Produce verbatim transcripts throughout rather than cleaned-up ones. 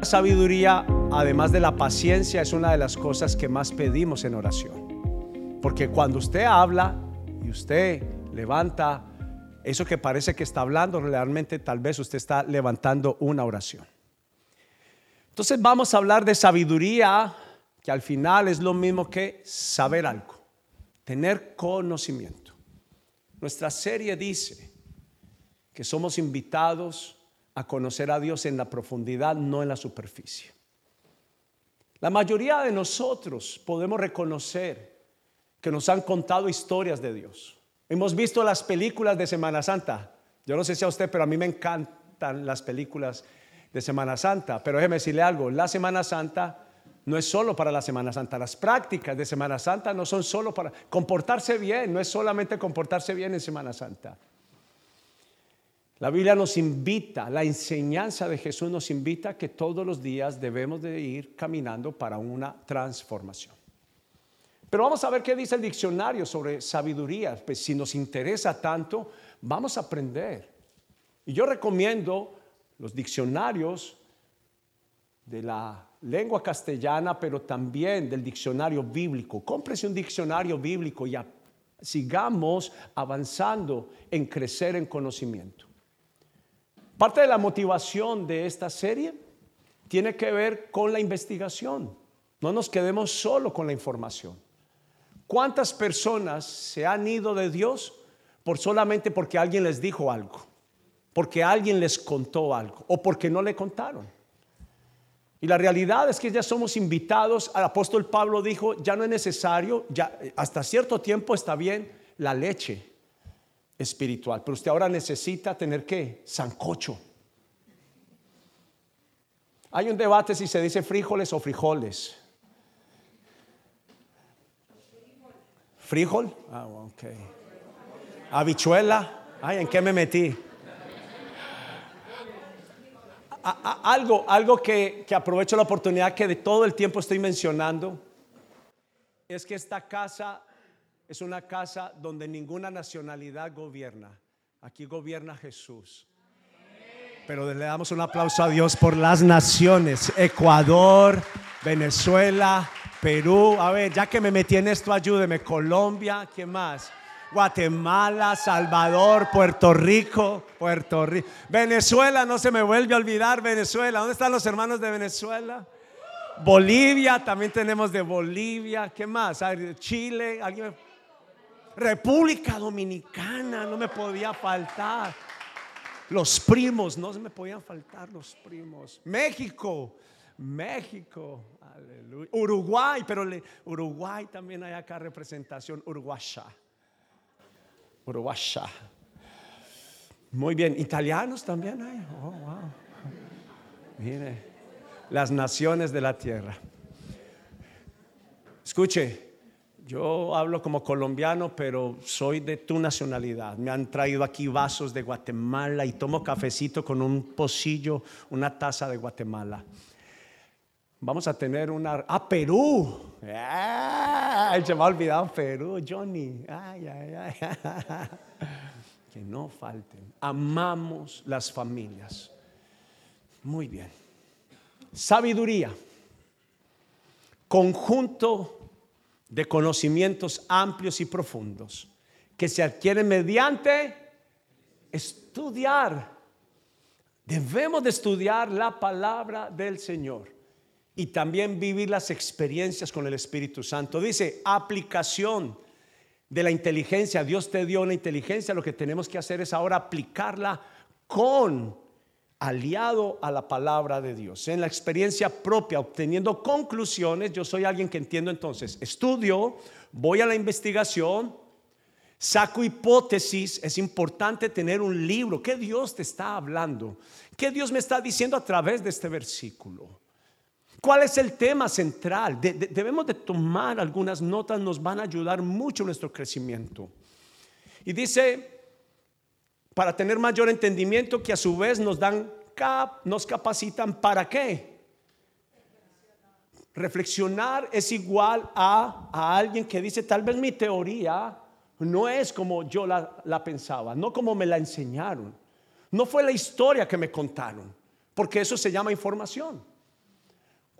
Sabiduría, además de la paciencia, es una de las cosas que más pedimos en oración. Porque cuando usted habla y usted levanta eso que parece que está hablando, realmente tal vez usted está levantando una oración. Entonces vamos a hablar de sabiduría, que al final es lo mismo que saber algo, tener conocimiento. Nuestra serie dice que somos invitados a conocer a Dios en la profundidad, no en la superficie. La mayoría de nosotros podemos reconocer que nos han contado historias de Dios. Hemos visto las películas de Semana Santa. Yo no sé si a usted, pero a mí me encantan las películas de Semana Santa. Pero déjeme decirle algo, la Semana Santa no es solo para la Semana Santa. Las prácticas de Semana Santa no son solo para comportarse bien. No es solamente comportarse bien en Semana Santa. La Biblia nos invita, la enseñanza de Jesús nos invita a que todos los días debemos de ir caminando para una transformación. Pero vamos a ver qué dice el diccionario sobre sabiduría. Pues si nos interesa tanto, vamos a aprender. Y yo recomiendo los diccionarios de la lengua castellana, pero también del diccionario bíblico. Cómprese un diccionario bíblico y a, sigamos avanzando en crecer en conocimiento. Parte de la motivación de esta serie tiene que ver con la investigación. No nos quedemos solo con la información. ¿Cuántas personas se han ido de Dios por solamente porque alguien les dijo algo, porque alguien les contó algo o porque no le contaron? Y la realidad es que ya somos invitados. El apóstol Pablo dijo, ya no es necesario, ya hasta cierto tiempo está bien la leche espiritual, pero usted ahora necesita tener ¿qué? Sancocho. Hay un debate si se dice frijoles o frijoles. ¿Frijol? Ah, ok. ¿Habichuela? Ay, ¿en qué me metí? A, a, algo algo que, que aprovecho la oportunidad que de todo el tiempo estoy mencionando es que esta casa es una casa donde ninguna nacionalidad gobierna. Aquí gobierna Jesús. Pero le damos un aplauso a Dios por las naciones. Ecuador, Venezuela, Perú. A ver, ya que me metí en esto, ayúdeme. Colombia, ¿qué más? Guatemala, Salvador, Puerto Rico, Puerto Rico. Venezuela, no se me vuelve a olvidar Venezuela. ¿Dónde están los hermanos de Venezuela? Bolivia, también tenemos de Bolivia. ¿Qué más? Chile, ¿alguien me... República Dominicana, no me podía faltar. Los primos, no se me podían faltar los primos. México, México, aleluya. Uruguay, pero le, Uruguay también hay acá representación uruguaya. Uruguaya. Muy bien, italianos también hay. Oh, wow. Mire, las naciones de la tierra. Escuche. Yo hablo como colombiano, pero soy de tu nacionalidad. Me han traído aquí vasos de Guatemala y tomo cafecito con un pocillo, una taza de Guatemala. Vamos a tener una... ¡Ah, Perú! ¡Ay! Se me ha olvidado Perú, Johnny. ¡Ay, ay, ay! Que no falten. Amamos las familias. Muy bien. Sabiduría. Conjunto de conocimientos amplios y profundos que se adquieren mediante estudiar. Debemos de estudiar la palabra del Señor y también vivir las experiencias con el Espíritu Santo. Dice aplicación de la inteligencia. Dios te dio una inteligencia, lo que tenemos que hacer es ahora aplicarla con aliado a la palabra de Dios, en la experiencia propia, obteniendo conclusiones. Yo soy alguien que entiendo, entonces estudio, voy a la investigación, saco hipótesis. Es importante tener un libro. ¿Qué Dios te está hablando? ¿Qué Dios me está diciendo a través de este versículo? ¿Cuál es el tema central? De, de, debemos de tomar algunas notas, nos van a ayudar mucho en nuestro crecimiento. Y dice, para tener mayor entendimiento, que a su vez nos dan, nos capacitan ¿para qué? Reflexionar es igual a, a alguien que dice, tal vez mi teoría no es como yo la, la pensaba, no como me la enseñaron, no fue la historia que me contaron, porque eso se llama información.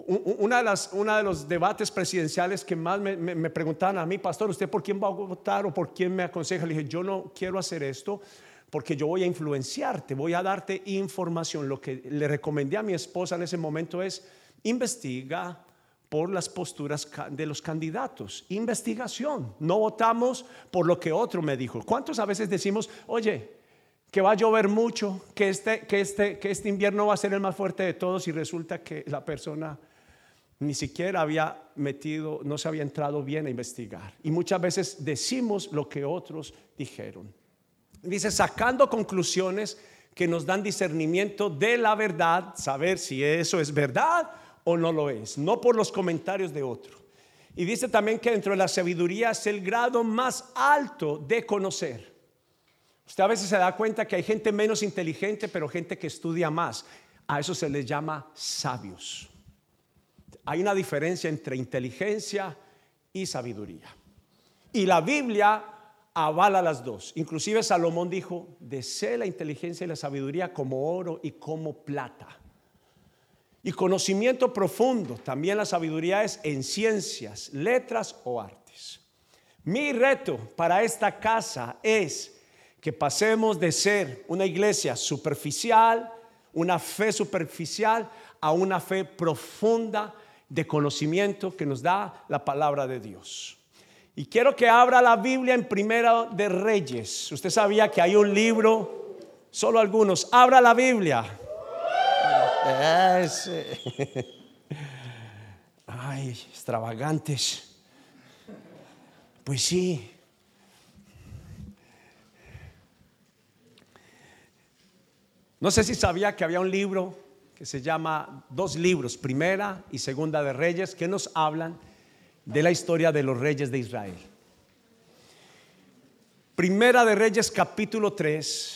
Una de las, una de los debates presidenciales que más me, me, me preguntaban a mí, pastor, ¿usted por quién va a votar o por quién me aconseja? Le dije, yo no quiero hacer esto porque yo voy a influenciarte, voy a darte información. Lo que le recomendé a mi esposa en ese momento es: investiga por las posturas de los candidatos, investigación. No votamos por lo que otro me dijo. ¿Cuántos a veces decimos, oye, que va a llover mucho, que este, que este, que este invierno va a ser el más fuerte de todos, y resulta que la persona ni siquiera había metido, no se había entrado bien a investigar? Y muchas veces decimos lo que otros dijeron. Dice, sacando conclusiones que nos dan discernimiento de la verdad, saber si eso es verdad o no lo es, no por los comentarios de otro. Y dice también que dentro de la sabiduría es el grado más alto de conocer. Usted a veces se da cuenta que hay gente menos inteligente, pero gente que estudia más. A eso se les llama sabios. Hay una diferencia entre inteligencia y sabiduría. Y la Biblia avala las dos. Inclusive Salomón dijo, desee la inteligencia y la sabiduría como oro y como plata. Y conocimiento profundo, también la sabiduría es en ciencias, letras o artes. Mi reto para esta casa es que pasemos de ser una iglesia superficial, una fe superficial, a una fe profunda de conocimiento que nos da la palabra de Dios. Y quiero que abra la Biblia en Primera de Reyes. Usted sabía que hay un libro, solo algunos. Abra la Biblia. Ese. Ay, extravagantes. Pues sí. No sé si sabía que había un libro que se llama, dos libros, Primera y Segunda de Reyes, que nos hablan de la historia de los reyes de Israel. Primera de Reyes capítulo tres.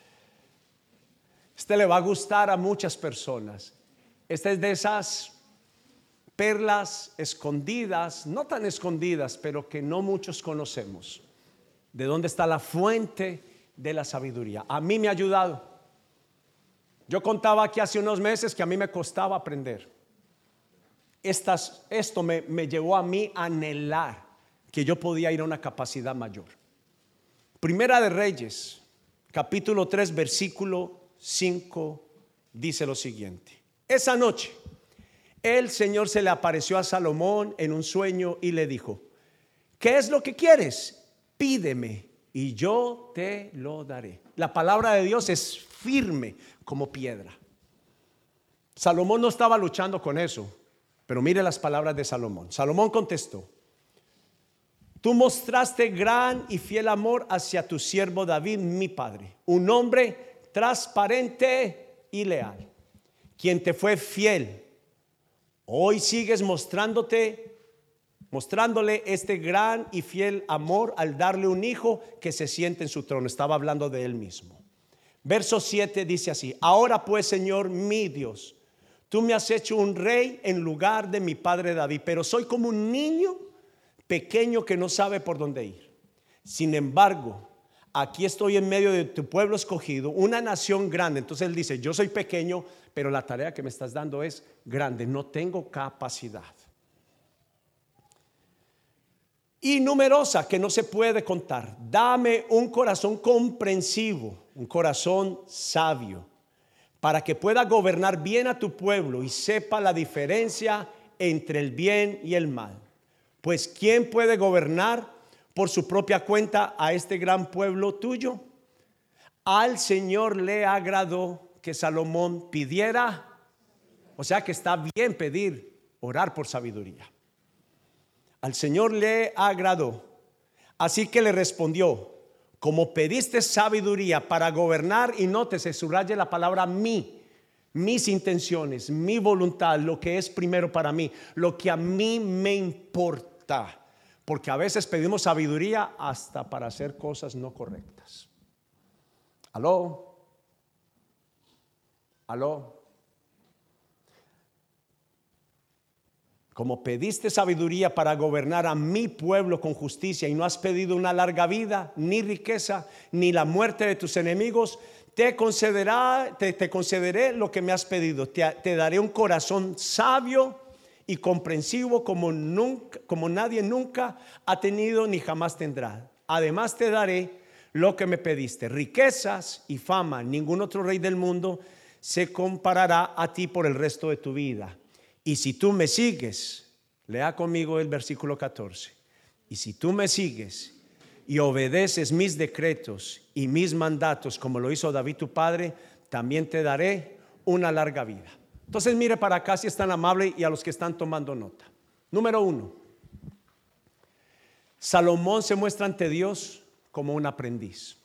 Este le va a gustar a muchas personas. Esta es de esas perlas escondidas, no tan escondidas, pero que no muchos conocemos. De dónde está la fuente de la sabiduría. A mí me ha ayudado. Yo contaba aquí hace unos meses que a mí me costaba aprender. Estas, esto me, me llevó a mí a anhelar que yo podía ir a una capacidad mayor. Primera de Reyes, capítulo tres, versículo cinco, dice lo siguiente. Esa noche el Señor se le apareció a Salomón en un sueño y le dijo, ¿qué es lo que quieres? Pídeme y yo te lo daré. La palabra de Dios es firme como piedra. Salomón no estaba luchando con eso, pero mire las palabras de Salomón. Salomón contestó, tú mostraste gran y fiel amor hacia tu siervo David, mi padre, un hombre transparente y leal, quien te fue fiel. Hoy sigues mostrándote, mostrándole este gran y fiel amor al darle un hijo que se siente en su trono. Estaba hablando de él mismo. Verso siete dice así, ahora pues, Señor mi Dios, tú me has hecho un rey en lugar de mi padre David, pero soy como un niño pequeño que no sabe por dónde ir. Sin embargo, aquí estoy en medio de tu pueblo escogido, una nación grande. Entonces él dice, yo soy pequeño, pero la tarea que me estás dando es grande, no tengo capacidad. Y numerosa que no se puede contar. Dame un corazón comprensivo, un corazón sabio, para que pueda gobernar bien a tu pueblo y sepa la diferencia entre el bien y el mal. Pues ¿quién puede gobernar por su propia cuenta a este gran pueblo tuyo? Al Señor le agradó que Salomón pidiera, o sea que está bien pedir, orar por sabiduría. Al Señor le agradó, así que le respondió, como pediste sabiduría para gobernar, y nótese, subraye la palabra mí, mis intenciones, mi voluntad, lo que es primero para mí, lo que a mí me importa, porque a veces pedimos sabiduría hasta para hacer cosas no correctas. Aló, aló. Como pediste sabiduría para gobernar a mi pueblo con justicia y no has pedido una larga vida, ni riqueza, ni la muerte de tus enemigos, te concederá, te, te concederé lo que me has pedido. Te, te daré un corazón sabio y comprensivo como, nunca, como nadie nunca ha tenido ni jamás tendrá. Además te daré lo que me pediste, riquezas y fama. Ningún otro rey del mundo se comparará a ti por el resto de tu vida. Y si tú me sigues, lea conmigo el versículo catorce. Y si tú me sigues y obedeces mis decretos y mis mandatos como lo hizo David tu padre, también te daré una larga vida. Entonces mire para acá si es tan amable y a los que están tomando nota. Número uno, Salomón se muestra ante Dios como un aprendiz.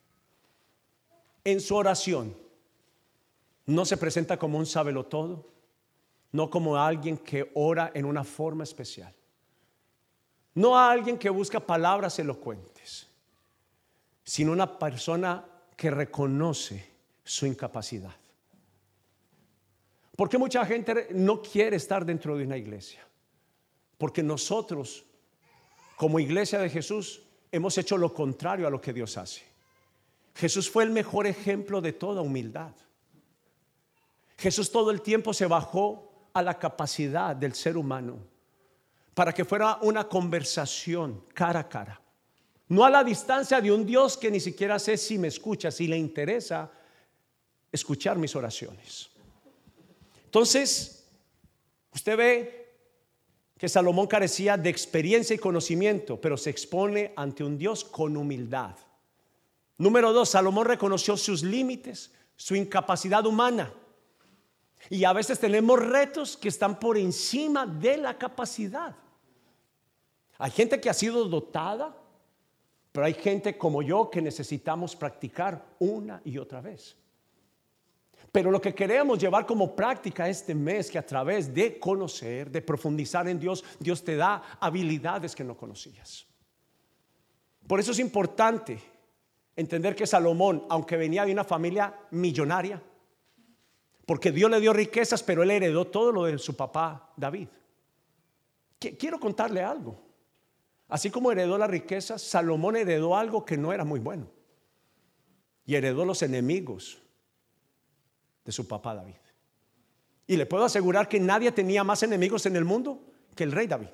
En su oración no se presenta como un sabelotodo, no como alguien que ora en una forma especial, no a alguien que busca palabras elocuentes, sino una persona que reconoce su incapacidad. ¿Por qué mucha gente no quiere estar dentro de una iglesia? Porque nosotros, como iglesia de Jesús, hemos hecho lo contrario a lo que Dios hace. Jesús fue el mejor ejemplo de toda humildad. Jesús todo el tiempo se bajó a la capacidad del ser humano para que fuera una conversación cara a cara, no a la distancia de un Dios que ni siquiera sé si me escucha, si le interesa escuchar mis oraciones. Entonces, usted ve que Salomón carecía de experiencia y conocimiento, pero se expone ante un Dios con humildad. Número dos, Salomón reconoció sus límites, su incapacidad humana. Y a veces tenemos retos que están por encima de la capacidad. Hay gente que ha sido dotada, pero hay gente como yo que necesitamos practicar una y otra vez. Pero lo que queremos llevar como práctica este mes, que a través de conocer, de profundizar en Dios, Dios te da habilidades que no conocías. Por eso es importante entender que Salomón, aunque venía de una familia millonaria, porque Dios le dio riquezas, pero él heredó todo lo de su papá David. Quiero contarle algo. Así como heredó las riquezas, Salomón heredó algo que no era muy bueno, y heredó los enemigos de su papá David. Y le puedo asegurar que nadie tenía más enemigos en el mundo que el rey David.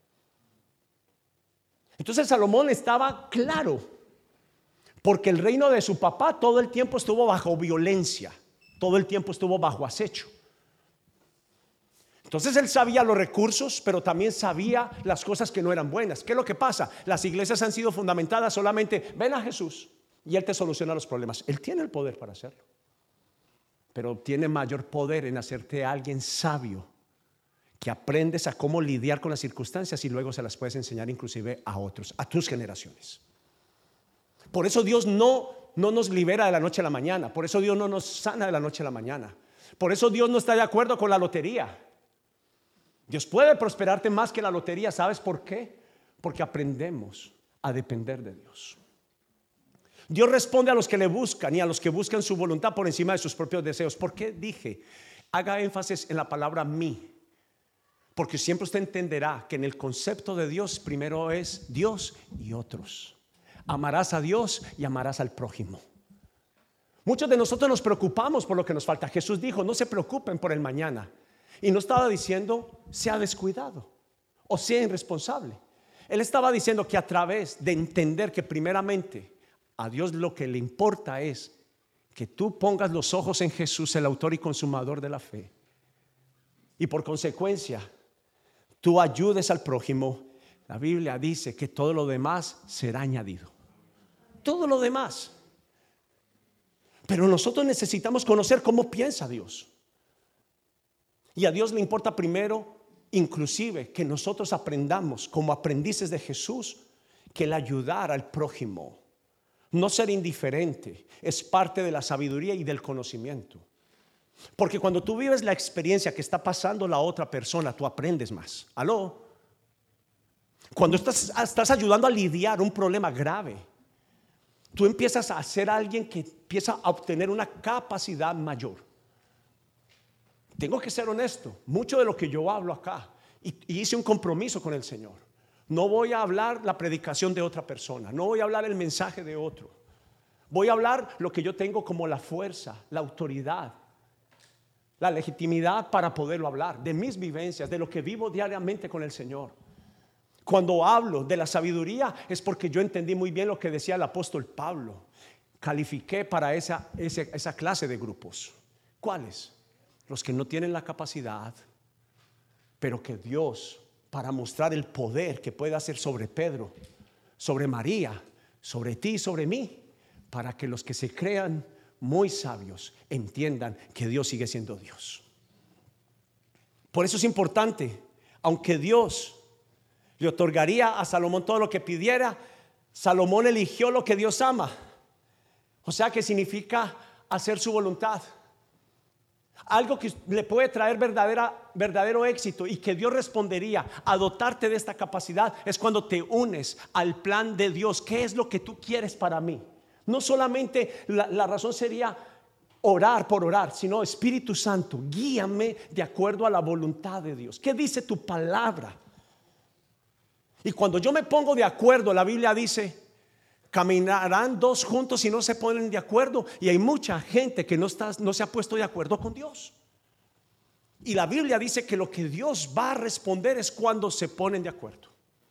Entonces Salomón estaba claro, porque el reino de su papá todo el tiempo estuvo bajo violencia, todo el tiempo estuvo bajo acecho. Entonces él sabía los recursos, pero también sabía las cosas que no eran buenas. ¿Qué es lo que pasa? Las iglesias han sido fundamentadas solamente, ven a Jesús y Él te soluciona los problemas. Él tiene el poder para hacerlo, pero tiene mayor poder en hacerte alguien sabio, que aprendes a cómo lidiar con las circunstancias y luego se las puedes enseñar inclusive a otros, a tus generaciones. Por eso Dios no, no nos libera de la noche a la mañana. Por eso Dios no nos sana de la noche a la mañana. Por eso Dios no está de acuerdo con la lotería. Dios puede prosperarte más que la lotería. ¿Sabes por qué? Porque aprendemos a depender de Dios. Dios responde a los que le buscan y a los que buscan su voluntad por encima de sus propios deseos. ¿Por qué dije? Haga énfasis en la palabra mí. Porque siempre usted entenderá que en el concepto de Dios primero es Dios y otros. Amarás a Dios y amarás al prójimo. Muchos de nosotros nos preocupamos por lo que nos falta. Jesús dijo, no se preocupen por el mañana. Y no estaba diciendo sea descuidado o sea irresponsable. Él estaba diciendo que a través de entender que primeramente a Dios lo que le importa es que tú pongas los ojos en Jesús, el autor y consumador de la fe, y por consecuencia tú ayudes al prójimo. La Biblia dice que todo lo demás será añadido. Todo lo demás. Pero nosotros necesitamos conocer cómo piensa Dios. Y a Dios le importa primero, inclusive, que nosotros aprendamos como aprendices de Jesús, que el ayudar al prójimo, no ser indiferente, es parte de la sabiduría y del conocimiento. Porque cuando tú vives la experiencia que está pasando la otra persona, tú aprendes más. ¿Aló? Cuando estás, estás ayudando a lidiar un problema grave, tú empiezas a ser alguien que empieza a obtener una capacidad mayor. Tengo que ser honesto, mucho de lo que yo hablo acá, y, y hice un compromiso con el Señor. No voy a hablar la predicación de otra persona, no voy a hablar el mensaje de otro. Voy a hablar lo que yo tengo como la fuerza, la autoridad, la legitimidad para poderlo hablar, de mis vivencias, de lo que vivo diariamente con el Señor. Cuando hablo de la sabiduría es porque yo entendí muy bien lo que decía el apóstol Pablo. Califiqué para esa, esa, esa clase de grupos. ¿Cuáles? Los que no tienen la capacidad, pero que Dios, para mostrar el poder que puede hacer sobre Pedro, sobre María, sobre ti y sobre mí, para que los que se crean muy sabios entiendan que Dios sigue siendo Dios. Por eso es importante, aunque Dios le otorgaría a Salomón todo lo que pidiera, Salomón eligió lo que Dios ama. O sea que significa hacer su voluntad. Algo que le puede traer verdadera, verdadero éxito y que Dios respondería a dotarte de esta capacidad es cuando te unes al plan de Dios. ¿Qué es lo que tú quieres para mí? No solamente la, la razón sería orar por orar, sino Espíritu Santo, guíame de acuerdo a la voluntad de Dios. ¿Qué dice tu palabra? Y cuando yo me pongo de acuerdo, la Biblia dice, caminarán dos juntos y no se ponen de acuerdo. Y hay mucha gente que no, está, no se ha puesto de acuerdo con Dios. Y la Biblia dice que lo que Dios va a responder es cuando se ponen de acuerdo.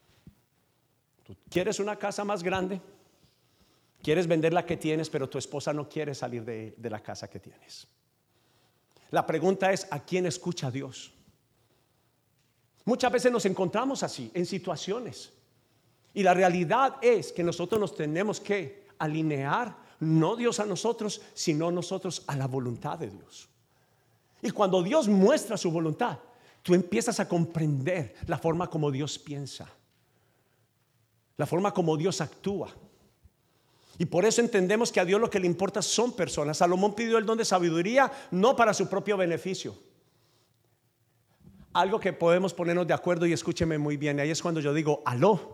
¿Tú quieres una casa más grande? Quieres vender la que tienes, pero tu esposa no quiere salir de, de la casa que tienes. La pregunta es, ¿a quién escucha Dios? Muchas veces nos encontramos así, en situaciones. Y la realidad es que nosotros nos tenemos que alinear, no Dios a nosotros, sino nosotros a la voluntad de Dios. Y cuando Dios muestra su voluntad, tú empiezas a comprender la forma como Dios piensa, la forma como Dios actúa. Y por eso entendemos que a Dios lo que le importa son personas. Salomón pidió el don de sabiduría no para su propio beneficio. Algo que podemos ponernos de acuerdo, y escúcheme muy bien, ahí es cuando yo digo aló.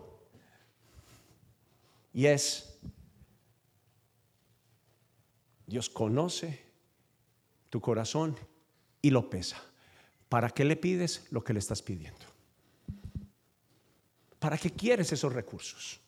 Y es, Dios conoce tu corazón y lo pesa. ¿Para qué le pides lo que le estás pidiendo? ¿Para qué quieres esos recursos?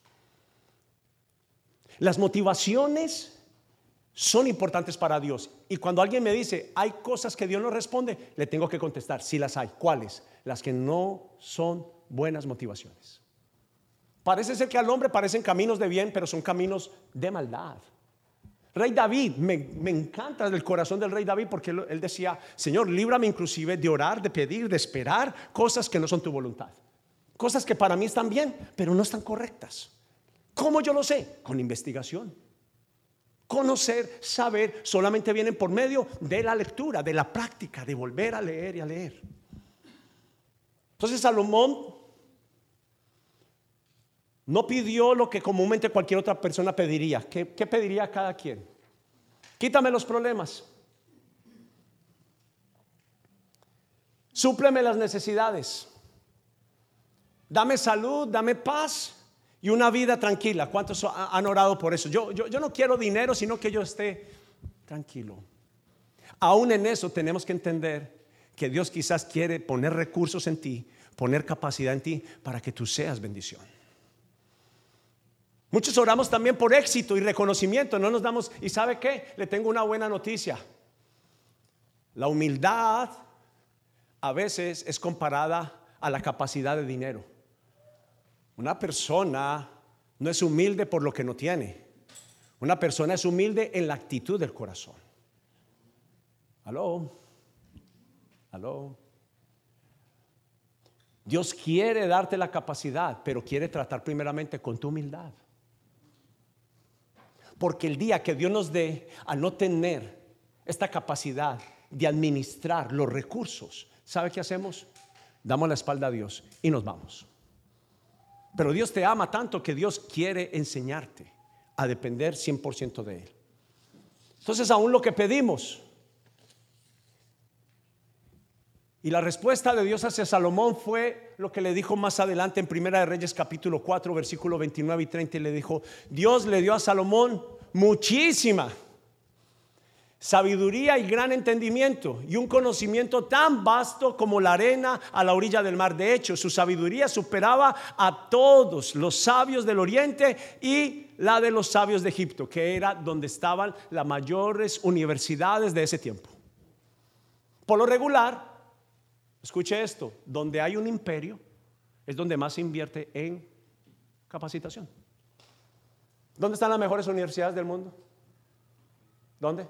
Las motivaciones son importantes para Dios. Y cuando alguien me dice, hay cosas que Dios no responde, le tengo que contestar, sí las hay. ¿Cuáles? Las que no son buenas motivaciones. Parece ser que al hombre parecen caminos de bien, pero son caminos de maldad. Rey David, me, me encanta el corazón del rey David, porque él, él decía, Señor, líbrame inclusive de orar, de pedir, de esperar cosas que no son tu voluntad. Cosas que para mí están bien, pero no están correctas. ¿Cómo yo lo sé? Con investigación. Conocer, saber, solamente vienen por medio de la lectura, de la práctica, de volver a leer y a leer. Entonces Salomón no pidió lo que comúnmente cualquier otra persona pediría. ¿Qué, qué pediría cada quien? Quítame los problemas. Súpleme las necesidades. Dame salud, dame paz y una vida tranquila. ¿Cuántos han orado por eso? Yo, yo, yo no quiero dinero, sino que yo esté tranquilo. Aún en eso tenemos que entender que Dios quizás quiere poner recursos en ti, poner capacidad en ti para que tú seas bendición. Muchos oramos también por éxito y reconocimiento. No nos damos, ¿y sabe qué? Le tengo una buena noticia. La humildad a veces es comparada a la capacidad de dinero. Una persona no es humilde por lo que no tiene. Una persona es humilde en la actitud del corazón. Aló, aló. Dios quiere darte la capacidad, pero quiere tratar primeramente con tu humildad. Porque el día que Dios nos dé a no tener esta capacidad de administrar los recursos, ¿sabe qué hacemos? Damos la espalda a Dios y nos vamos. Pero Dios te ama tanto que Dios quiere enseñarte a depender cien por ciento de Él. Entonces, aún lo que pedimos, y la respuesta de Dios hacia Salomón fue lo que le dijo más adelante en Primera de Reyes capítulo cuatro versículo veintinueve y treinta, y le dijo, Dios le dio a Salomón muchísima sabiduría y gran entendimiento y un conocimiento tan vasto como la arena a la orilla del mar. De hecho, su sabiduría superaba a todos los sabios del oriente y la de los sabios de Egipto, que era donde estaban las mayores universidades de ese tiempo. Por lo regular, escuche esto, donde hay un imperio es donde más se invierte en capacitación. ¿Dónde están las mejores universidades del mundo? ¿Dónde?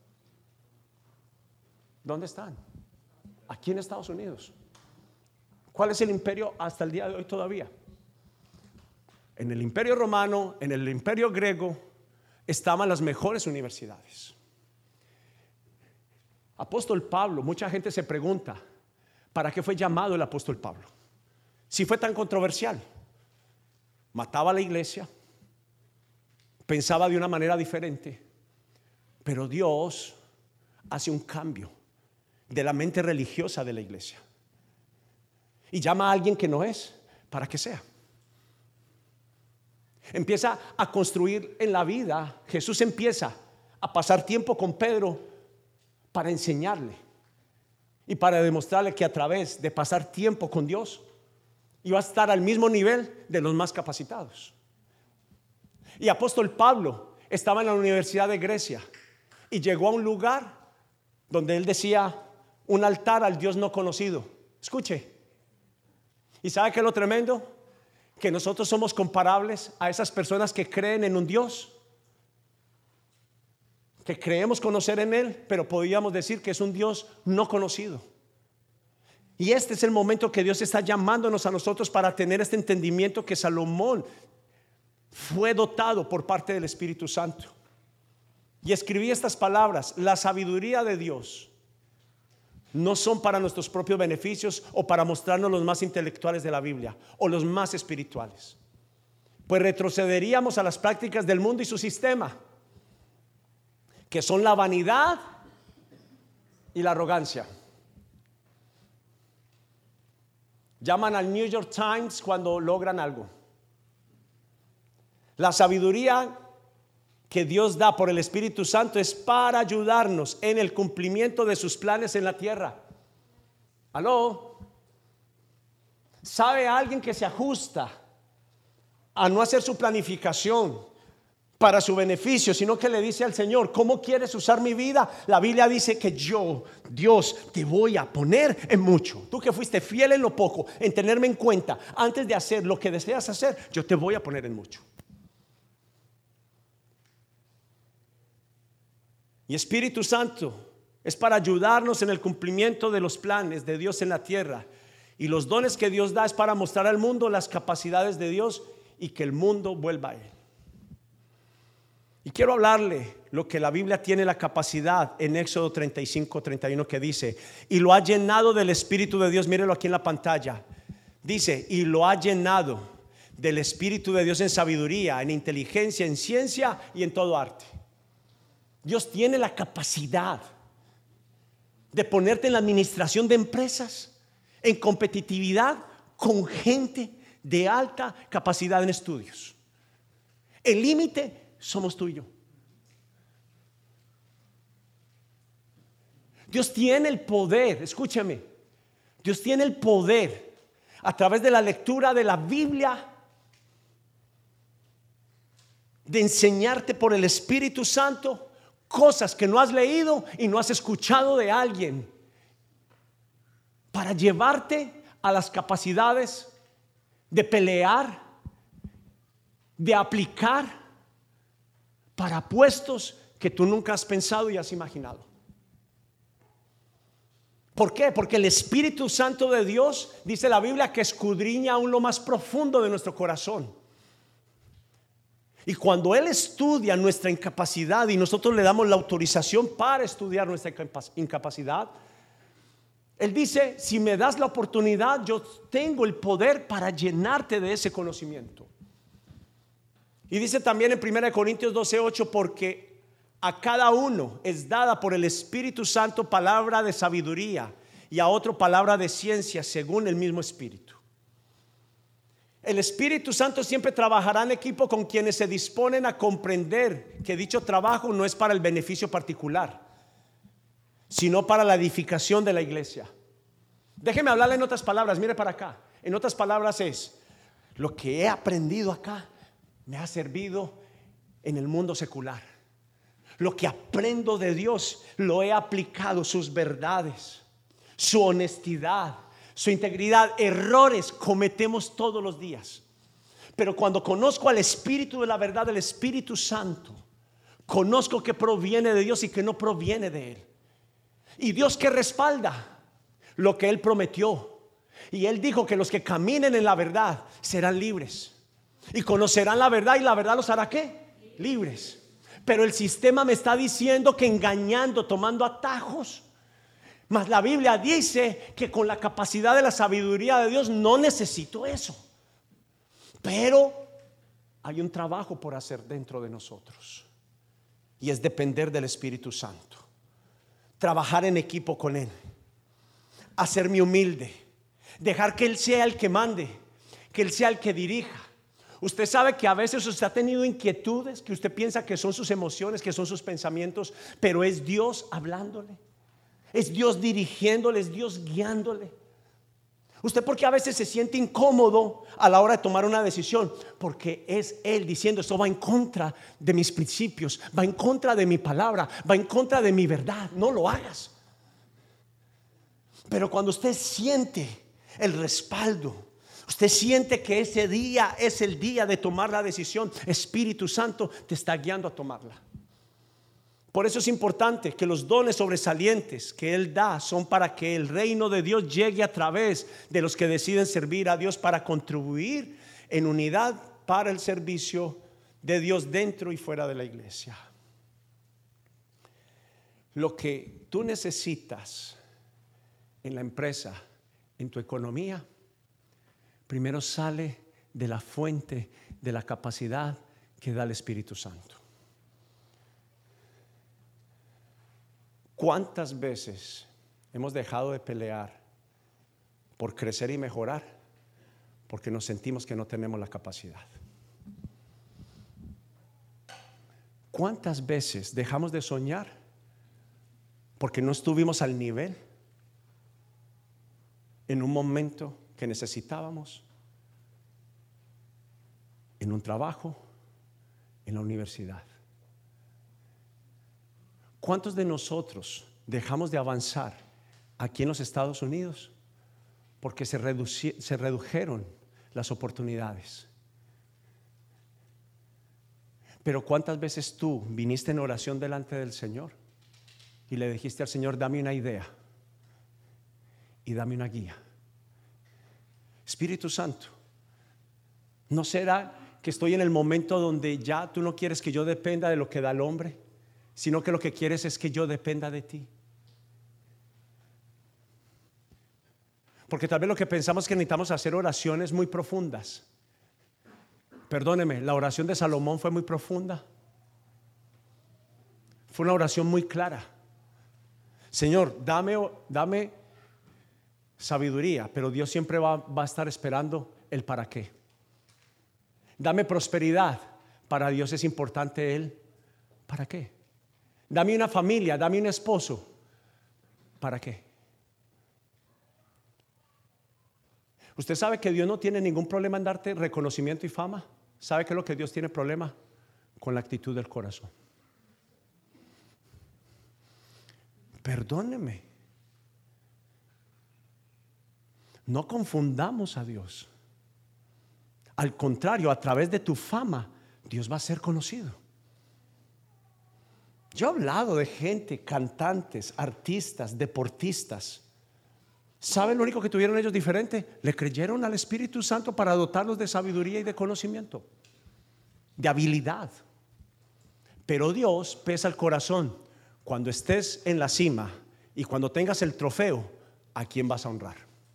¿Dónde están? Aquí en Estados Unidos. ¿Cuál es el imperio hasta el día de hoy todavía? En el imperio romano, en el imperio griego, estaban las mejores universidades. Apóstol Pablo, mucha gente se pregunta, ¿para qué fue llamado el apóstol Pablo? Si fue tan controversial, mataba a la iglesia, pensaba de una manera diferente, pero Dios hace un cambio de la mente religiosa de la iglesia y llama a alguien que no es para que sea. Empieza a construir en la vida. Jesús empieza a pasar tiempo con Pedro para enseñarle y para demostrarle que a través de pasar tiempo con Dios iba a estar al mismo nivel de los más capacitados. Y apóstol Pablo estaba en la Universidad de Grecia y llegó a un lugar donde él decía un altar al Dios no conocido. Escuche, ¿y sabe qué es lo tremendo? Que nosotros somos comparables a esas personas que creen en un Dios, que creemos conocer en Él, pero podríamos decir que es un Dios no conocido. Y este es el momento que Dios está llamándonos a nosotros para tener este entendimiento que Salomón fue dotado por parte del Espíritu Santo. Y escribí estas palabras: la sabiduría de Dios no son para nuestros propios beneficios o para mostrarnos los más intelectuales de la Biblia o los más espirituales, pues retrocederíamos a las prácticas del mundo y su sistema, que son la vanidad y la arrogancia. Llaman al New York Times cuando logran algo. La sabiduría que Dios da por el Espíritu Santo es para ayudarnos en el cumplimiento de sus planes en la tierra. ¿Aló? ¿Sabe alguien que se ajusta a no hacer su planificación para su beneficio, sino que le dice al Señor: ¿cómo quieres usar mi vida? La Biblia dice que yo, Dios, te voy a poner en mucho. Tú que fuiste fiel en lo poco, en tenerme en cuenta, antes de hacer lo que deseas hacer, yo te voy a poner en mucho. Y Espíritu Santo es para ayudarnos en el cumplimiento de los planes de Dios en la tierra. Y los dones que Dios da es para mostrar al mundo las capacidades de Dios y que el mundo vuelva a Él. Y quiero hablarle lo que la Biblia tiene la capacidad en Éxodo treinta y cinco, treinta y uno, que dice: y lo ha llenado del Espíritu de Dios. Mírelo aquí en la pantalla. Dice: y lo ha llenado del Espíritu de Dios en sabiduría, en inteligencia, en ciencia y en todo arte. Dios tiene la capacidad de ponerte en la administración de empresas, en competitividad con gente de alta capacidad en estudios. El límite somos tú y yo. Dios tiene el poder, escúchame, Dios tiene el poder a través de la lectura de la Biblia de enseñarte por el Espíritu Santo cosas que no has leído y no has escuchado de alguien, para llevarte a las capacidades de pelear, de aplicar para puestos que tú nunca has pensado y has imaginado. ¿Por qué? Porque el Espíritu Santo de Dios, dice la Biblia, que escudriña aún lo más profundo de nuestro corazón. Y cuando Él estudia nuestra incapacidad y nosotros le damos la autorización para estudiar nuestra incapacidad, Él dice: si me das la oportunidad, yo tengo el poder para llenarte de ese conocimiento. Y dice también en primera Corintios doce, ocho: porque a cada uno es dada por el Espíritu Santo palabra de sabiduría, y a otro palabra de ciencia, según el mismo Espíritu. El Espíritu Santo siempre trabajará en equipo con quienes se disponen a comprender que dicho trabajo no es para el beneficio particular, sino para la edificación de la iglesia. Déjeme hablarle en otras palabras, mire para acá. En otras palabras es: lo que he aprendido acá me ha servido en el mundo secular. Lo que aprendo de Dios lo he aplicado, sus verdades, su honestidad, su integridad. Errores cometemos todos los días. Pero cuando conozco al Espíritu de la verdad, del Espíritu Santo, conozco que proviene de Dios y que no proviene de Él. Y Dios que respalda lo que Él prometió. Y Él dijo que los que caminen en la verdad serán libres. Y conocerán la verdad, y la verdad los hará ¿qué? Libres. Pero el sistema me está diciendo que engañando, tomando atajos. Mas la Biblia dice que con la capacidad de la sabiduría de Dios no necesito eso. Pero hay un trabajo por hacer dentro de nosotros, y es depender del Espíritu Santo, trabajar en equipo con Él, hacerme humilde, dejar que Él sea el que mande, que Él sea el que dirija. Usted sabe que a veces usted ha tenido inquietudes que usted piensa que son sus emociones, que son sus pensamientos, pero es Dios hablándole, es Dios dirigiéndole, es Dios guiándole. Usted, porque a veces se siente incómodo a la hora de tomar una decisión, porque es Él diciendo: esto va en contra de mis principios, va en contra de mi palabra, va en contra de mi verdad, no lo hagas. Pero cuando usted siente el respaldo, usted siente que ese día es el día de tomar la decisión, Espíritu Santo te está guiando a tomarla. Por eso es importante que los dones sobresalientes que Él da son para que el reino de Dios llegue a través de los que deciden servir a Dios, para contribuir en unidad para el servicio de Dios dentro y fuera de la iglesia. Lo que tú necesitas en la empresa, en tu economía, primero sale de la fuente de la capacidad que da el Espíritu Santo. ¿Cuántas veces hemos dejado de pelear por crecer y mejorar porque nos sentimos que no tenemos la capacidad? ¿Cuántas veces dejamos de soñar porque no estuvimos al nivel en un momento que necesitábamos, en un trabajo, en la universidad? ¿Cuántos de nosotros dejamos de avanzar aquí en los Estados Unidos porque se, reduci- se redujeron las oportunidades? Pero ¿cuántas veces tú viniste en oración delante del Señor y le dijiste al Señor: dame una idea y dame una guía? Espíritu Santo, ¿no será que estoy en el momento donde ya tú no quieres que yo dependa de lo que da el hombre, sino que lo que quieres es que yo dependa de ti? Porque tal vez lo que pensamos es que necesitamos hacer oraciones muy profundas. Perdóneme, la oración de Salomón fue muy profunda. Fue una oración muy clara. Señor, dame, dame sabiduría, pero Dios siempre va, va a estar esperando el para qué. Dame prosperidad, para Dios es importante el para qué. Dame una familia, dame un esposo, ¿para qué? Usted sabe que Dios no tiene ningún problema en darte reconocimiento y fama. ¿Sabe qué es lo que Dios tiene problema? Con la actitud del corazón. Perdóneme, no confundamos a Dios. Al contrario, a través de tu fama Dios va a ser conocido. Yo he hablado de gente, cantantes, artistas, deportistas. ¿Saben lo único que tuvieron ellos diferente? Le creyeron al Espíritu Santo para dotarlos de sabiduría y de conocimiento, de habilidad. Pero Dios pesa el corazón. Cuando estés en la cima y cuando tengas el trofeo, ¿a quién vas a honrar?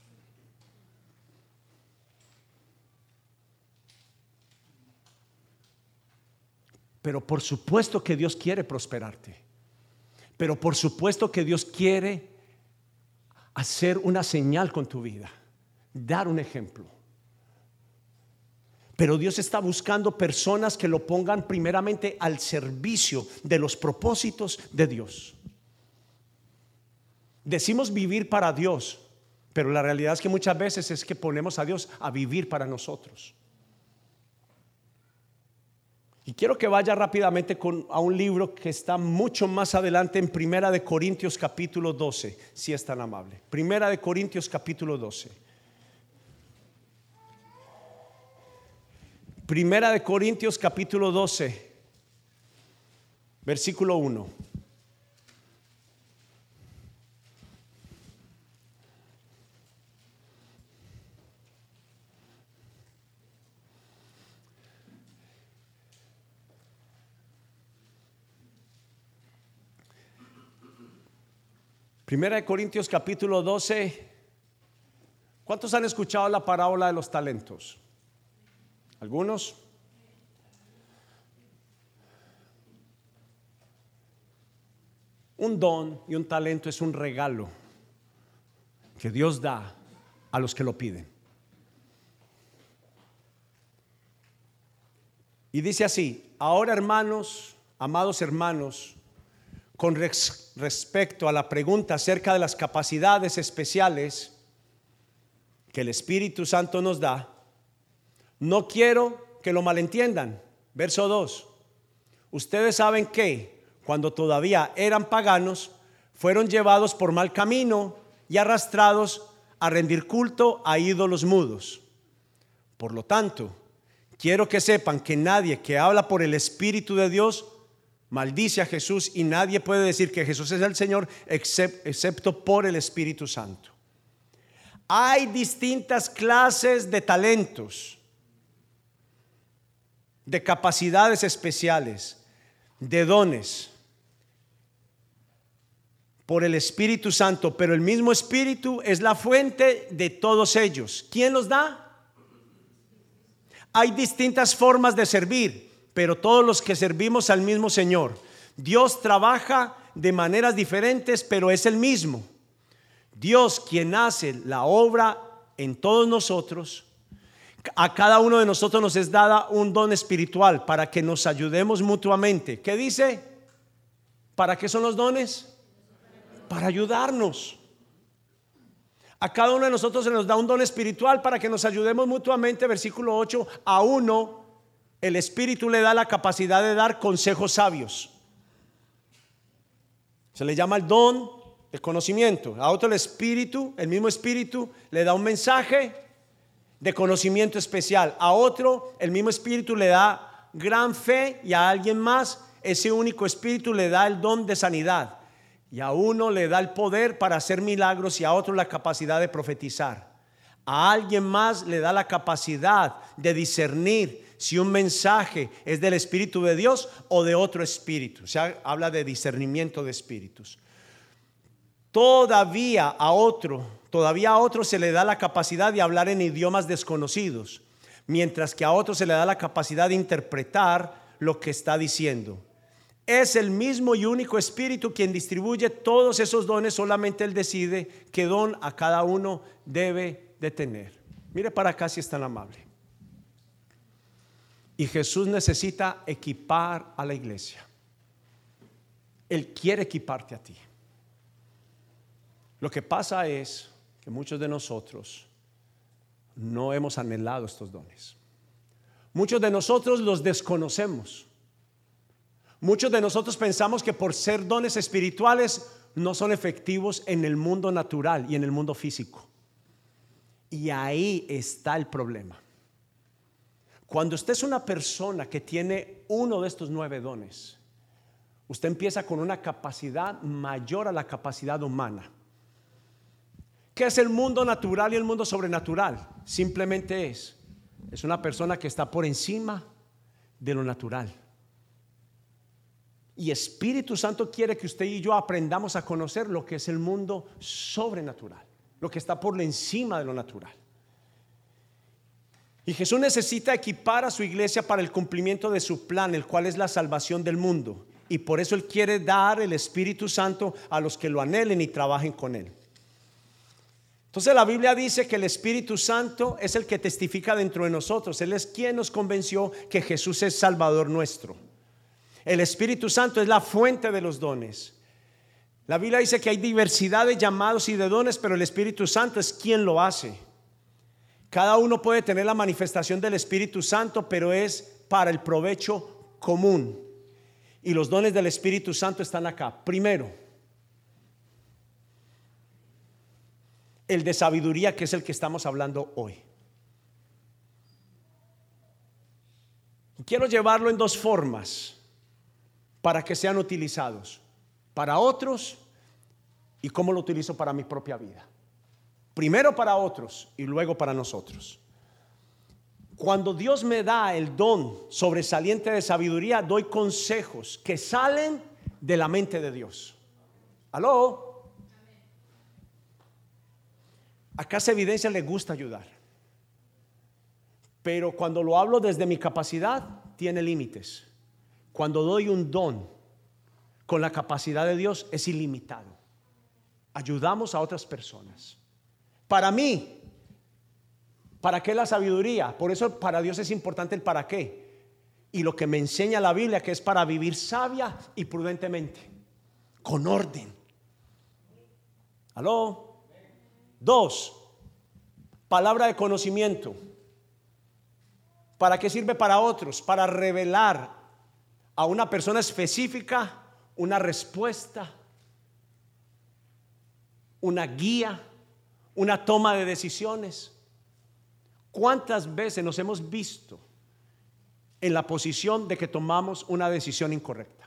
Pero por supuesto que Dios quiere prosperarte. Pero por supuesto que Dios quiere hacer una señal con tu vida, dar un ejemplo. Pero Dios está buscando personas que lo pongan primeramente al servicio de los propósitos de Dios. Decimos vivir para Dios, pero la realidad es que muchas veces es que ponemos a Dios a vivir para nosotros. Y quiero que vaya rápidamente con, a un libro que está mucho más adelante en Primera de Corintios capítulo doce, si es tan amable. Primera de Corintios capítulo doce. Primera de Corintios capítulo doce, versículo uno. Primera de Corintios capítulo doce. ¿Cuántos han escuchado la parábola de los talentos? ¿Algunos? Un don y un talento es un regalo que Dios da a los que lo piden. Y dice así: ahora, hermanos, amados hermanos, con res- respecto a la pregunta acerca de las capacidades especiales que el Espíritu Santo nos da, no quiero que lo malentiendan. Verso dos. Ustedes saben que cuando todavía eran paganos, fueron llevados por mal camino y arrastrados a rendir culto a ídolos mudos. Por lo tanto, quiero que sepan que nadie que habla por el Espíritu de Dios maldice a Jesús, y nadie puede decir que Jesús es el Señor excepto por el Espíritu Santo. Hay distintas clases de talentos, de capacidades especiales, de dones por el Espíritu Santo, pero el mismo Espíritu es la fuente de todos ellos. ¿Quién los da? Hay distintas formas de servir, pero todos los que servimos al mismo Señor. Dios trabaja de maneras diferentes, pero es el mismo. Dios, quien hace la obra en todos nosotros. A cada uno de nosotros nos es dada un don espiritual para que nos ayudemos mutuamente. ¿Qué dice? ¿Para qué son los dones? Para ayudarnos. A cada uno de nosotros se nos da un don espiritual para que nos ayudemos mutuamente. Versículo ocho. A uno el Espíritu le da la capacidad de dar consejos sabios. Se le llama el don de conocimiento. A otro el Espíritu, el mismo Espíritu, le da un mensaje de conocimiento especial. A otro el mismo Espíritu le da gran fe, y a alguien más ese único Espíritu le da el don de sanidad. Y a uno le da el poder para hacer milagros, y a otro la capacidad de profetizar. A alguien más le da la capacidad de discernir si un mensaje es del Espíritu de Dios o de otro espíritu. O sea, habla de discernimiento de espíritus. Todavía a otro, todavía a otro se le da la capacidad de hablar en idiomas desconocidos, mientras que a otro se le da la capacidad de interpretar lo que está diciendo. Es el mismo y único Espíritu quien distribuye todos esos dones. Solamente Él decide qué don a cada uno debe de tener. Mire para acá si es tan amable. Y Jesús necesita equipar a la iglesia. Él quiere equiparte a ti. Lo que pasa es que muchos de nosotros no hemos anhelado estos dones. Muchos de nosotros los desconocemos. Muchos de nosotros pensamos que por ser dones espirituales no son efectivos en el mundo natural y en el mundo físico. Y ahí está el problema. Cuando usted es una persona que tiene uno de estos nueve dones, usted empieza con una capacidad mayor a la capacidad humana. ¿Qué es el mundo natural y el mundo sobrenatural? Simplemente es, es una persona que está por encima de lo natural. Y Espíritu Santo quiere que usted y yo aprendamos a conocer lo que es el mundo sobrenatural, lo que está por encima de lo natural. Y Jesús necesita equipar a su iglesia para el cumplimiento de su plan, el cual es la salvación del mundo. Y por eso Él quiere dar el Espíritu Santo a los que lo anhelen y trabajen con Él. Entonces la Biblia dice que el Espíritu Santo es el que testifica dentro de nosotros. Él es quien nos convenció que Jesús es Salvador nuestro. El Espíritu Santo es la fuente de los dones. La Biblia dice que hay diversidad de llamados y de dones, pero el Espíritu Santo es quien lo hace. Cada uno puede tener la manifestación del Espíritu Santo, pero es para el provecho común. Y los dones del Espíritu Santo están acá. Primero, el de sabiduría, que es el que estamos hablando hoy. Quiero llevarlo en dos formas para que sean utilizados para otros y cómo lo utilizo para mi propia vida. Primero para otros y luego para nosotros. Cuando Dios me da el don sobresaliente de sabiduría, doy consejos que salen de la mente de Dios. ¿Aló? Acá se evidencia, le gusta ayudar. Pero cuando lo hablo desde mi capacidad, tiene límites. Cuando doy un don con la capacidad de Dios, es ilimitado. Ayudamos a otras personas. Para mí, ¿para qué la sabiduría? Por eso para Dios es importante el para qué. Y lo que me enseña la Biblia, que es para vivir sabia y prudentemente, con orden. ¿Aló? Dos, palabra de conocimiento. ¿Para qué sirve para otros? Para revelar a una persona específica una respuesta, una guía, una toma de decisiones. ¿Cuántas veces nos hemos visto en la posición de que tomamos una decisión incorrecta?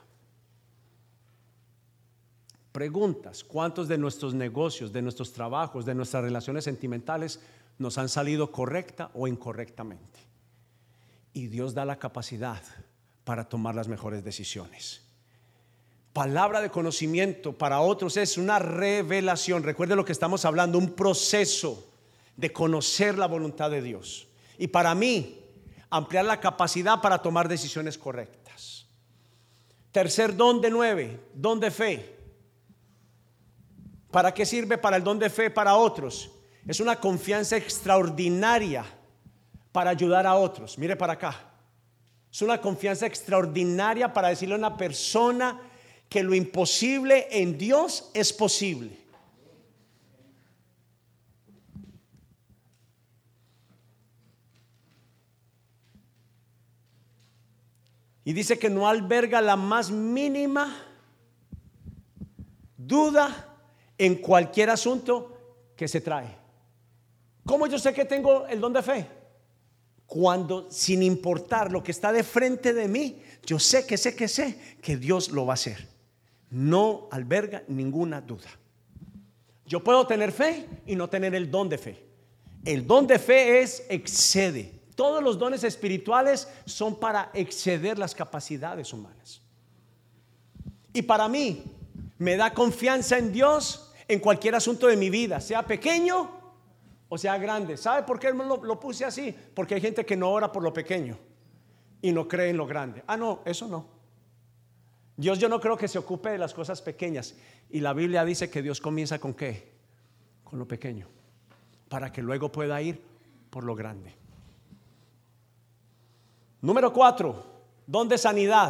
Preguntas: ¿cuántos de nuestros negocios, de nuestros trabajos, de nuestras relaciones sentimentales nos han salido correcta o incorrectamente? Y Dios da la capacidad para tomar las mejores decisiones. Palabra de conocimiento para otros es una revelación. Recuerde lo que estamos hablando, un proceso de conocer la voluntad de Dios. Y para mí, ampliar la capacidad para tomar decisiones correctas. Tercer don de nueve, don de fe. ¿Para qué sirve para el don de fe para otros? Es una confianza extraordinaria para ayudar a otros. Mire para acá. Es una confianza extraordinaria para decirle a una persona que lo imposible en Dios es posible. Y dice que no alberga la más mínima duda en cualquier asunto que se trae. ¿Cómo yo sé que tengo el don de fe? Cuando, sin importar lo que está de frente de mí, yo sé que sé que sé que Dios lo va a hacer. No alberga ninguna duda. Yo puedo tener fe y no tener el don de fe. El don de fe es excede. Todos los dones espirituales son para exceder las capacidades humanas. Y para mí, me da confianza en Dios en cualquier asunto de mi vida, sea pequeño o sea grande. ¿Sabe por qué lo, lo puse así? Porque hay gente que no ora por lo pequeño y no cree en lo grande. Ah, no, eso no. Dios, yo no creo que se ocupe de las cosas pequeñas. Y la Biblia dice que Dios comienza con ¿qué? Con lo pequeño, para que luego pueda ir por lo grande. Número cuatro, don de sanidad.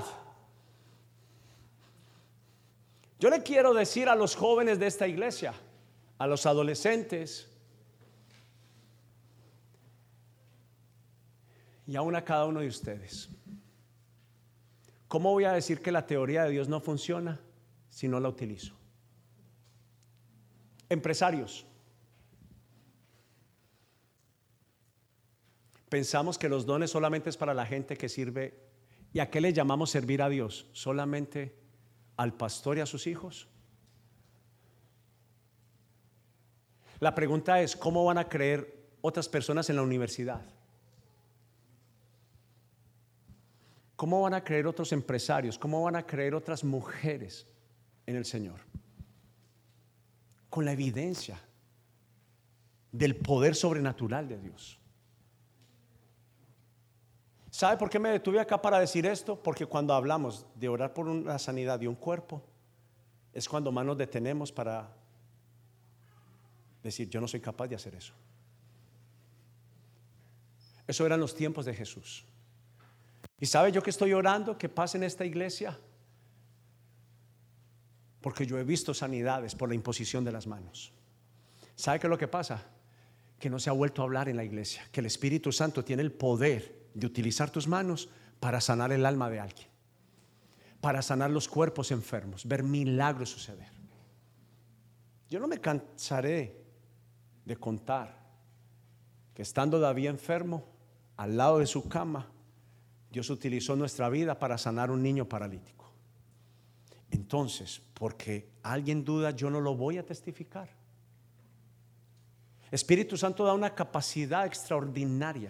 Yo le quiero decir a los jóvenes de esta iglesia, a los adolescentes y aún a cada uno de ustedes: ¿cómo voy a decir que la teoría de Dios no funciona si no la utilizo? Empresarios, pensamos que los dones solamente es para la gente que sirve. ¿Y a qué le llamamos servir a Dios? ¿Solamente al pastor y a sus hijos? La pregunta es: ¿cómo van a creer otras personas en la universidad? ¿Cómo van a creer otros empresarios? ¿Cómo van a creer otras mujeres en el Señor? Con la evidencia del poder sobrenatural de Dios. ¿Sabe por qué me detuve acá para decir esto? Porque cuando hablamos de orar por una sanidad de un cuerpo, es cuando más nos detenemos para decir: yo no soy capaz de hacer eso. Eso eran los tiempos de Jesús. ¿Y sabe yo que estoy orando que pase en esta iglesia? Porque yo he visto sanidades por la imposición de las manos. ¿Sabe qué es lo que pasa? Que no se ha vuelto a hablar en la iglesia, que el Espíritu Santo tiene el poder de utilizar tus manos para sanar el alma de alguien. para sanar los cuerpos enfermos, ver milagros suceder. Yo no me cansaré de contar que estando David enfermo, al lado de su cama, Dios utilizó nuestra vida para sanar un niño paralítico. Entonces, porque alguien duda, yo no lo voy a testificar. Espíritu Santo da una capacidad extraordinaria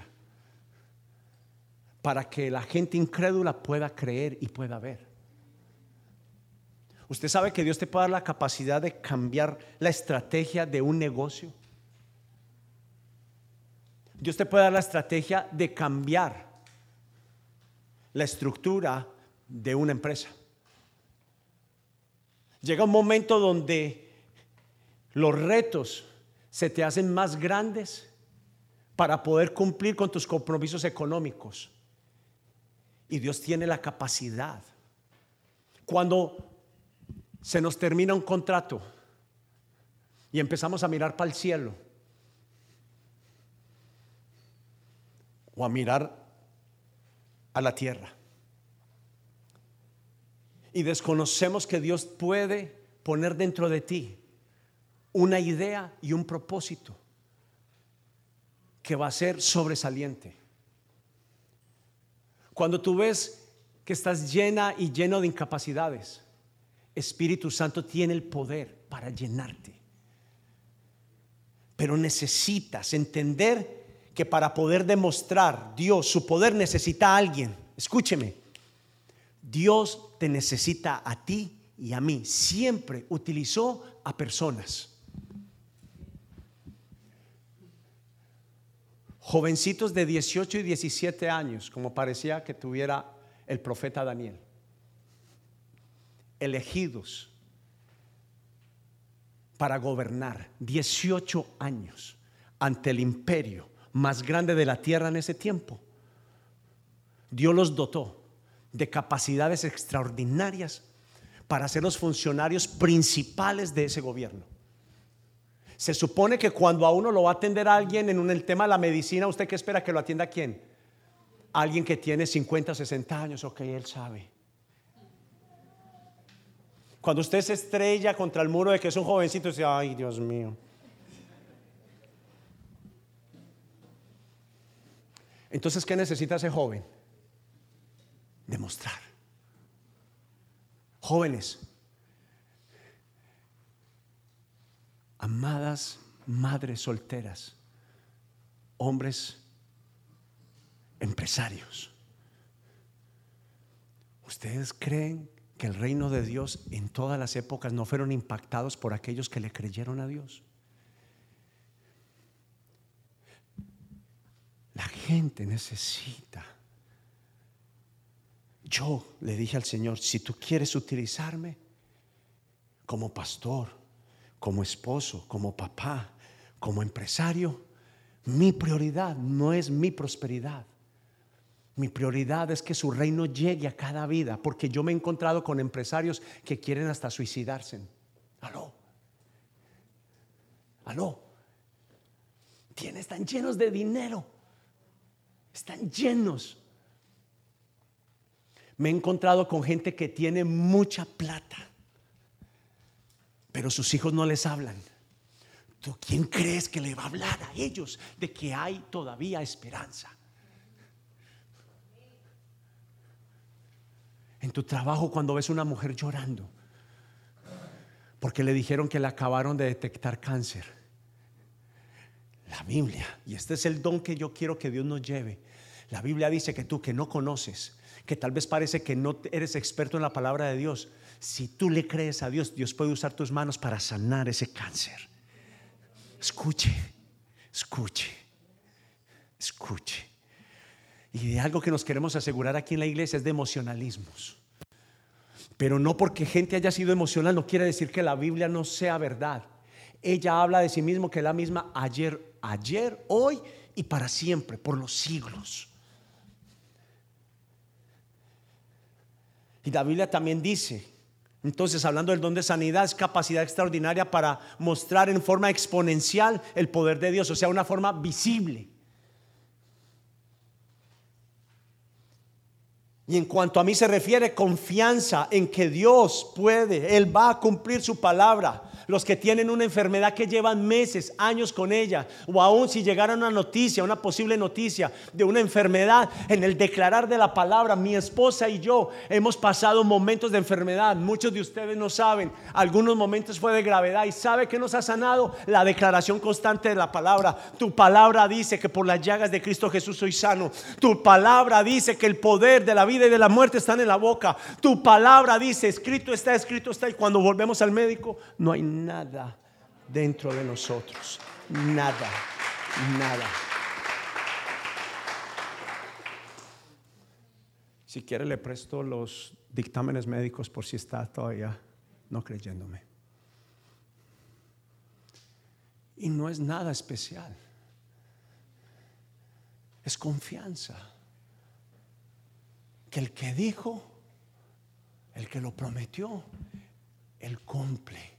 para que la gente incrédula pueda creer y pueda ver. Usted sabe que Dios te puede dar la capacidad de cambiar la estrategia de un negocio. Dios te puede dar la estrategia de cambiar la estructura de una empresa. Llega un momento donde los retos se te hacen más grandes para poder cumplir con tus compromisos económicos. Y Dios tiene la capacidad. Cuando se nos termina un contrato y empezamos a mirar para el cielo o a mirar a la tierra y desconocemos que Dios puede poner dentro de ti una idea y un propósito que va a ser sobresaliente. Cuando tú ves que estás llena y lleno de incapacidades, Espíritu Santo tiene el poder para llenarte. Pero necesitas entender que para poder demostrar Dios su poder necesita a alguien. Escúcheme, Dios te necesita a ti y a mí. Siempre utilizó a personas. Jovencitos de dieciocho y diecisiete años, como parecía que tuviera el profeta Daniel, elegidos para gobernar dieciocho años ante el imperio más grande de la tierra en ese tiempo. Dios los dotó de capacidades extraordinarias para ser los funcionarios principales de ese gobierno. Se supone que cuando a uno lo va a atender a alguien en un, el tema de la medicina, ¿usted qué espera que lo atienda a quién? Alguien que tiene cincuenta, sesenta años, ok, él sabe. Cuando usted se estrella contra el muro de que es un jovencito, dice, ay, Dios mío. Entonces, ¿qué necesita ese joven? Demostrar. Jóvenes, amadas madres solteras, hombres empresarios, ¿ustedes creen que el reino de Dios en todas las épocas no fueron impactados por aquellos que le creyeron a Dios? La gente necesita. Yo le dije al Señor, si tú quieres utilizarme como pastor, como esposo, como papá, como empresario, mi prioridad no es mi prosperidad. Mi prioridad es que su reino llegue a cada vida, porque yo me he encontrado con empresarios que quieren hasta suicidarse. Aló, aló. Tienen, están llenos de dinero, están llenos. Me he encontrado con gente que tiene mucha plata, pero sus hijos no les hablan. ¿Tú quién crees que le va a hablar a ellos de que hay todavía esperanza? En tu trabajo, cuando ves una mujer llorando porque le dijeron que le acabaron de detectar cáncer, la Biblia, y este es el don que yo quiero que Dios nos lleve, la Biblia dice que tú que no conoces, que tal vez parece que no eres experto en la palabra de Dios, si tú le crees a Dios, Dios puede usar tus manos para sanar ese cáncer. Escuche, escuche, escuche. Y de algo que nos queremos asegurar aquí en la iglesia es de emocionalismos. Pero no porque gente haya sido emocional no quiere decir que la Biblia no sea verdad. Ella habla de sí mismo que es la misma ayer, ayer, hoy y para siempre, por los siglos. Y la Biblia también dice, entonces, hablando del don de sanidad, es capacidad extraordinaria para mostrar en forma exponencial el poder de Dios, o sea, una forma visible. Y en cuanto a mí se refiere, confianza en que Dios puede, Él va a cumplir su palabra. Los que tienen una enfermedad que llevan meses, años con ella, o aún si llegara una noticia, una posible noticia de una enfermedad, en el declarar de la palabra, mi esposa y yo hemos pasado momentos de enfermedad. Muchos de ustedes no saben, algunos momentos fue de gravedad. ¿Y sabe qué nos ha sanado? La declaración constante de la palabra. Tu palabra dice que por las llagas de Cristo Jesús soy sano. Tu palabra dice que el poder de la vida y de la muerte están en la boca. Tu palabra dice, escrito está, escrito está. Y cuando volvemos al médico, no hay nada dentro de nosotros. Nada, nada. Si quiere le presto los dictámenes médicos por si está todavía no creyéndome. Y no es nada especial. Es confianza. Que el que dijo, el que lo prometió, Él cumple.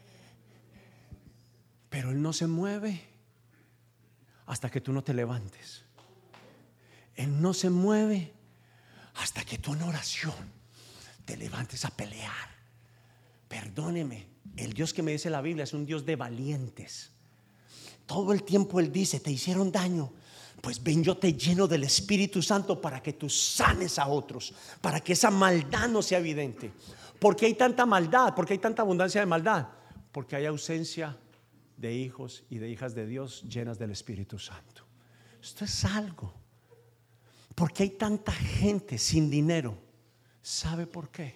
Pero Él no se mueve hasta que tú no te levantes. Él no se mueve hasta que tú en oración te levantes a pelear. Perdóneme, el Dios que me dice la Biblia es un Dios de valientes. Todo el tiempo Él dice, te hicieron daño, pues ven, yo te lleno del Espíritu Santo para que tú sanes a otros, para que esa maldad no sea evidente. ¿Por qué hay tanta maldad? ¿Por qué hay tanta abundancia de maldad? Porque hay ausencia de hijos y de hijas de Dios llenas del Espíritu Santo. Esto es algo. ¿Por qué hay tanta gente sin dinero? ¿Sabe por qué?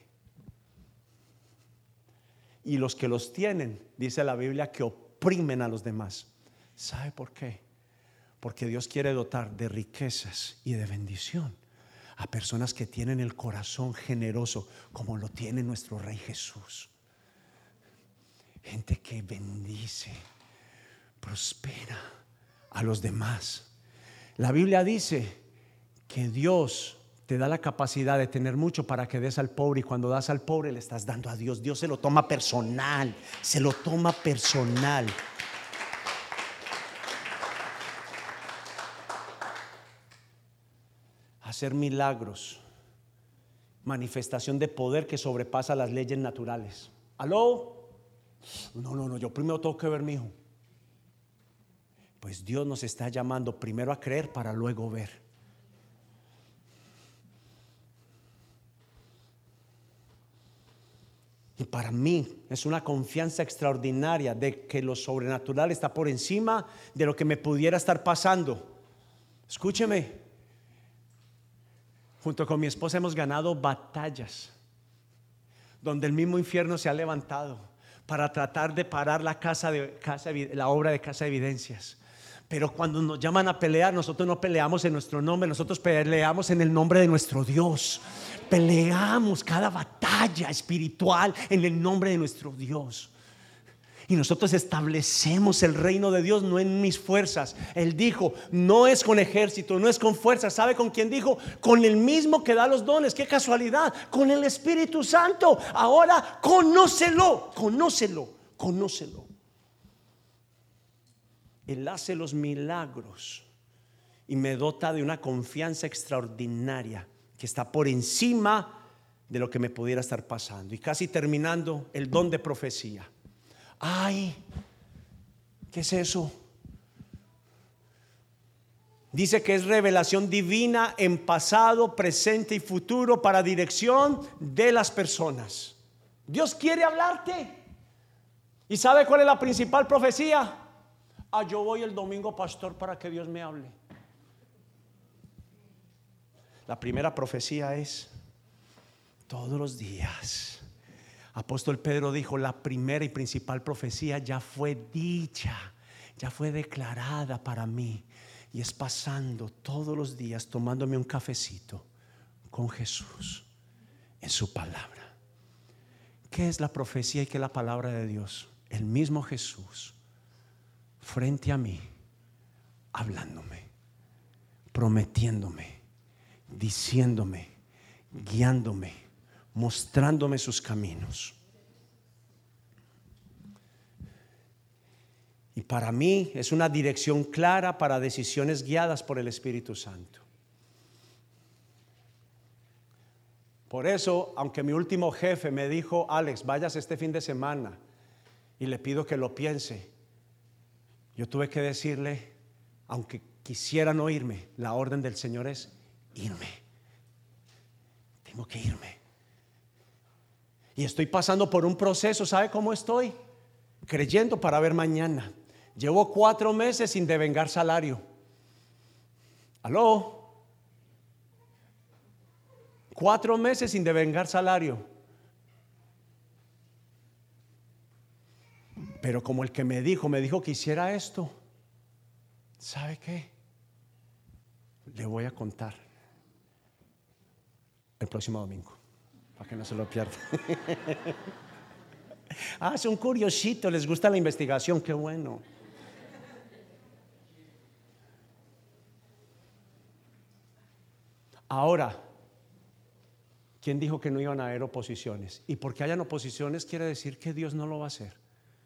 Y los que los tienen, dice la Biblia, que oprimen a los demás. ¿Sabe por qué? Porque Dios quiere dotar de riquezas y de bendición a personas que tienen el corazón generoso, como lo tiene nuestro Rey Jesús. Gente que bendice, prospera a los demás. La Biblia dice que Dios te da la capacidad de tener mucho para que des al pobre, y cuando das al pobre le estás dando a Dios. Dios se lo toma personal, se lo toma personal. Hacer milagros, manifestación de poder que sobrepasa las leyes naturales. ¿Aló? No, no, no, yo primero tengo que ver, mi hijo. Pues Dios nos está llamando primero a creer para luego ver. Y para mí es una confianza extraordinaria de que lo sobrenatural está por encima de lo que me pudiera estar pasando. Escúcheme. Junto con mi esposa hemos ganado batallas donde el mismo infierno se ha levantado para tratar de parar la, casa de, casa, la obra de Casa de Evidencias. Pero cuando nos llaman a pelear, nosotros no peleamos en nuestro nombre, nosotros peleamos en el nombre de nuestro Dios. Peleamos cada batalla espiritual en el nombre de nuestro Dios. Y nosotros establecemos el reino de Dios no en mis fuerzas. Él dijo, no es con ejército, no es con fuerza. ¿Sabe con quién dijo? Con el mismo que da los dones. Qué casualidad, con el Espíritu Santo. Ahora conócelo, conócelo, conócelo. Él hace los milagros y me dota de una confianza extraordinaria que está por encima de lo que me pudiera estar pasando. Y casi terminando, el don de profecía. Ay, ¿qué es eso? Dice que es revelación divina en pasado, presente y futuro para dirección de las personas. Dios quiere hablarte. ¿Y sabe cuál es la principal profecía? Ah, yo voy el domingo, pastor, para que Dios me hable. La primera profecía es todos los días. Apóstol Pedro dijo, la primera y principal profecía ya fue dicha, ya fue declarada para mí, y es pasando todos los días tomándome un cafecito con Jesús en su palabra. ¿Qué es la profecía y qué es la palabra de Dios? El mismo Jesús frente a mí, hablándome, prometiéndome, diciéndome, guiándome, mostrándome sus caminos. Y para mí es una dirección clara para decisiones guiadas por el Espíritu Santo. Por eso, aunque mi último jefe me dijo: Alex, vayas este fin de semana y le pido que lo piense, yo tuve que decirle, aunque quisiera no irme, la orden del Señor es irme. Tengo que irme. Y estoy pasando por un proceso. ¿Sabe cómo estoy? Creyendo para ver mañana. Llevo cuatro meses sin devengar salario. ¿Aló? Cuatro meses sin devengar salario. Pero como el que me dijo, me dijo que hiciera esto, ¿sabe qué? Le voy a contar el próximo domingo, para que no se lo pierda. Ah, es un curiosito, les gusta la investigación, qué bueno. Ahora, ¿quién dijo que no iban a haber oposiciones? Y porque hayan oposiciones quiere decir que Dios no lo va a hacer.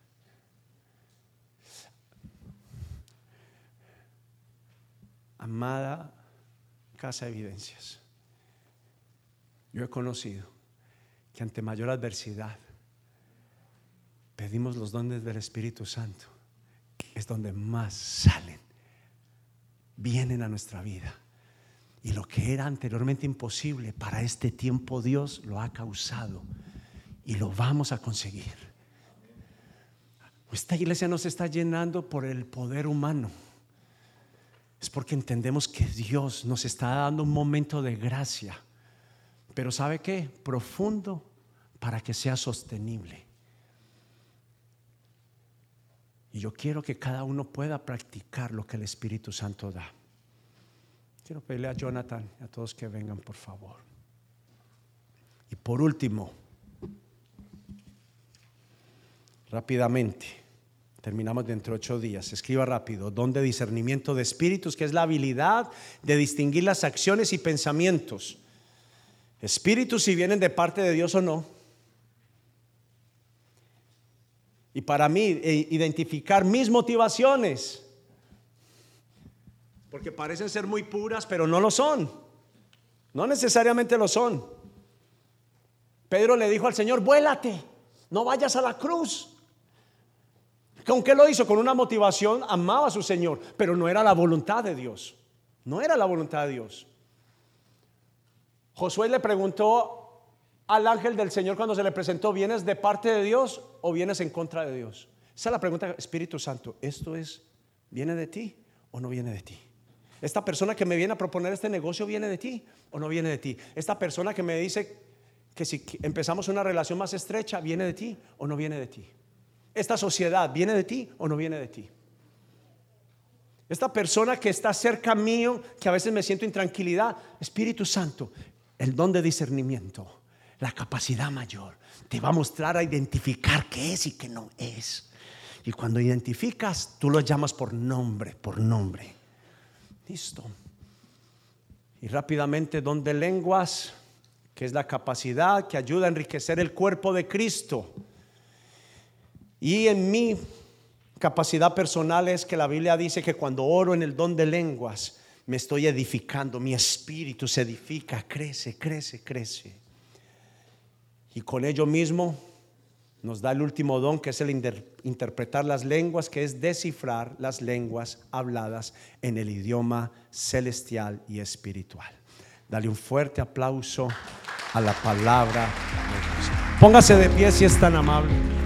Amada Casa de Evidencias, yo he conocido que ante mayor adversidad pedimos los dones del Espíritu Santo. Es donde más salen, vienen a nuestra vida. Y lo que era anteriormente imposible, para este tiempo Dios lo ha causado y lo vamos a conseguir. Esta iglesia no se está llenando por el poder humano, es porque entendemos que Dios nos está dando un momento de gracia, pero ¿sabe qué? Profundo, para que sea sostenible. Y yo quiero que cada uno pueda practicar lo que el Espíritu Santo da. Quiero pedirle a Jonathan y a todos que vengan, por favor. Y por último, rápidamente, terminamos dentro de ocho días. Escriba rápido: don de discernimiento de espíritus, que es la habilidad de distinguir las acciones y pensamientos. Espíritus, si vienen de parte de Dios o no. Y para mí, identificar mis motivaciones, porque parecen ser muy puras, pero no lo son. No necesariamente lo son. Pedro le dijo al Señor: vuélate, no vayas a la cruz. ¿Con qué lo hizo? Con una motivación, amaba a su Señor, pero no era la voluntad de Dios. No era la voluntad de Dios. Josué le preguntó al ángel del Señor cuando se le presentó: ¿vienes de parte de Dios o vienes en contra de Dios? Esa es la pregunta. Espíritu Santo, ¿esto es, viene de ti o no viene de ti? Esta persona que me viene a proponer este negocio, ¿viene de ti o no viene de ti? Esta persona que me dice que si empezamos una relación más estrecha, ¿viene de ti o no viene de ti? Esta sociedad, ¿viene de ti o no viene de ti? Esta persona que está cerca mío, que a veces me siento intranquilidad, Espíritu Santo, el don de discernimiento, la capacidad mayor, te va a mostrar a identificar qué es y qué no es. Y cuando identificas, tú lo llamas por nombre, por nombre. Listo. Y rápidamente, don de lenguas, que es la capacidad que ayuda a enriquecer el cuerpo de Cristo. Y en mi capacidad personal es que la Biblia dice que cuando oro en el don de lenguas, me estoy edificando, mi espíritu se edifica, crece, crece, crece. Y con ello mismo nos da el último don, que es el inter- interpretar las lenguas, que es descifrar las lenguas habladas en el idioma celestial y espiritual. Dale un fuerte aplauso a la palabra de Dios. Póngase de pie si es tan amable.